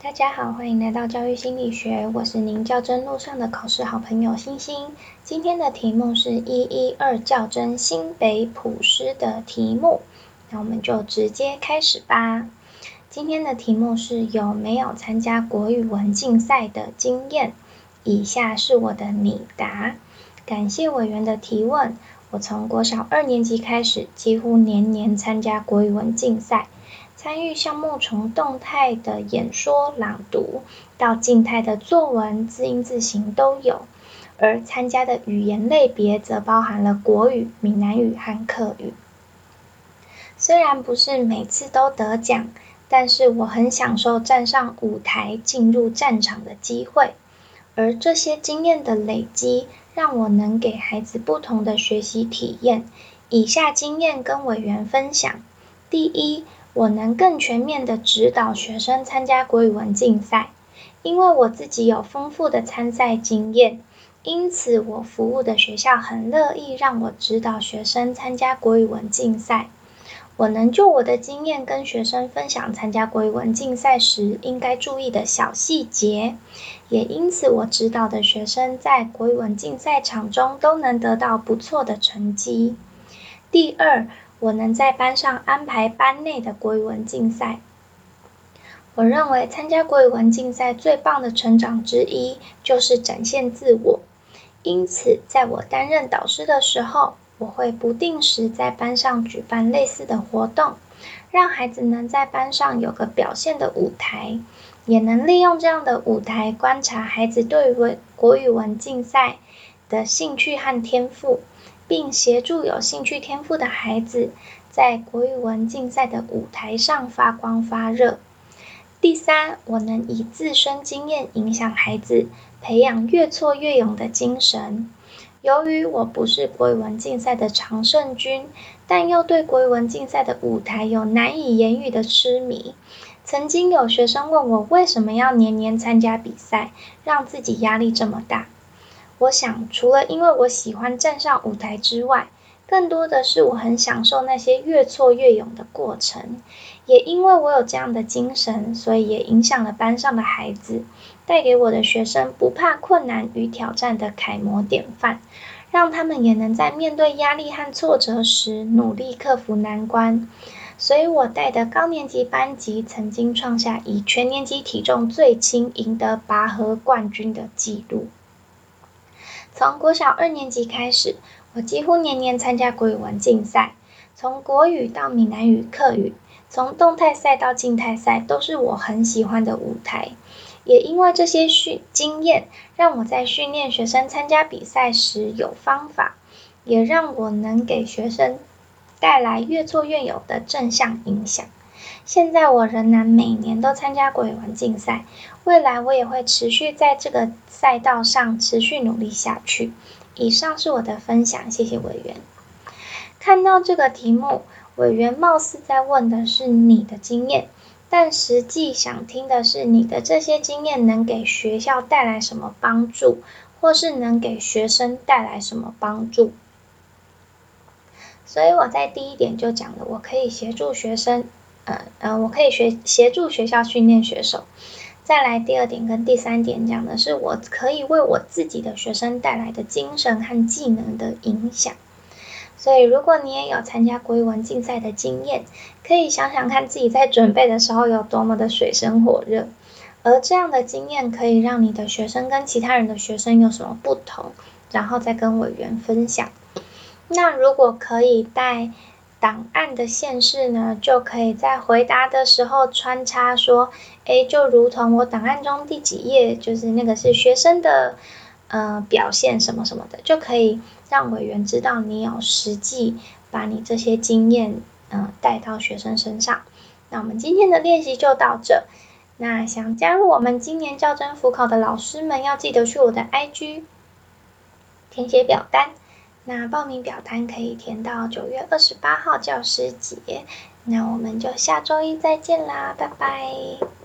大家好，欢迎来到教育心理学，我是您教甄路上的考试好朋友星星。今天的题目是112教甄新北普师的题目，那我们就直接开始吧。今天的题目是有没有参加国语文竞赛的经验？以下是我的拟答。感谢委员的提问，我从国小2年级开始，几乎年年参加国语文竞赛。参与项目从动态的演说、朗读到静态的作文、字音字形都有，而参加的语言类别则包含了国语、闽南语和客语。虽然不是每次都得奖，但是我很享受站上舞台、进入战场的机会，而这些经验的累积，让我能给孩子不同的学习体验。以下经验跟委员分享。第一，我能更全面地指导学生参加国语文竞赛，因为我自己有丰富的参赛经验，因此我服务的学校很乐意让我指导学生参加国语文竞赛。我能就我的经验跟学生分享参加国语文竞赛时应该注意的小细节，也因此我指导的学生在国语文竞赛场中都能得到不错的成绩。第二，我能在班上安排班内的国语文竞赛。我认为参加国语文竞赛最棒的成长之一就是展现自我，因此在我担任导师的时候，我会不定时在班上举办类似的活动，让孩子能在班上有个表现的舞台，也能利用这样的舞台观察孩子对于国语文竞赛的兴趣和天赋，并协助有兴趣天赋的孩子在国语文竞赛的舞台上发光发热。第三，我能以自身经验影响孩子，培养越挫越勇的精神。由于我不是国语文竞赛的常胜军，但又对国语文竞赛的舞台有难以言喻的痴迷。曾经有学生问我为什么要年年参加比赛，让自己压力这么大。我想，除了因为我喜欢站上舞台之外，更多的是我很享受那些越挫越勇的过程。也因为我有这样的精神，所以也影响了班上的孩子，带给我的学生不怕困难与挑战的楷模典范，让他们也能在面对压力和挫折时努力克服难关。所以我带的高年级班级曾经创下以全年级体重最轻赢得拔河冠军的纪录。从国小2年级开始，我几乎年年参加国语文竞赛，从国语到闽南语、客语，从动态赛到静态赛都是我很喜欢的舞台。也因为这些经验，让我在训练学生参加比赛时有方法，也让我能给学生带来越挫越勇的正向影响。现在我仍然每年都参加国语文竞赛，未来我也会持续在这个赛道上持续努力下去。以上是我的分享，谢谢委员。看到这个题目，委员貌似在问的是你的经验，但实际想听的是你的这些经验能给学校带来什么帮助，或是能给学生带来什么帮助。所以我在第一点就讲了，我可以协助学生我可以协助学校训练选手。再来第2点跟第3点讲的是我可以为我自己的学生带来的精神和技能的影响。所以如果你也有参加国语文竞赛的经验，可以想想看自己在准备的时候有多么的水深火热，而这样的经验可以让你的学生跟其他人的学生有什么不同，然后再跟委员分享。那如果可以带档案的县市呢，就可以在回答的时候穿插说，就如同我档案中第几页，就是那个是学生的表现什么什么的，就可以让委员知道你有实际把你这些经验带到学生身上。那我们今天的练习就到这。那想加入我们今年教甄辅考的老师们，要记得去我的 IG 填写表单。那报名表单可以填到9月28号教师节。那我们就下周一再见啦，拜拜。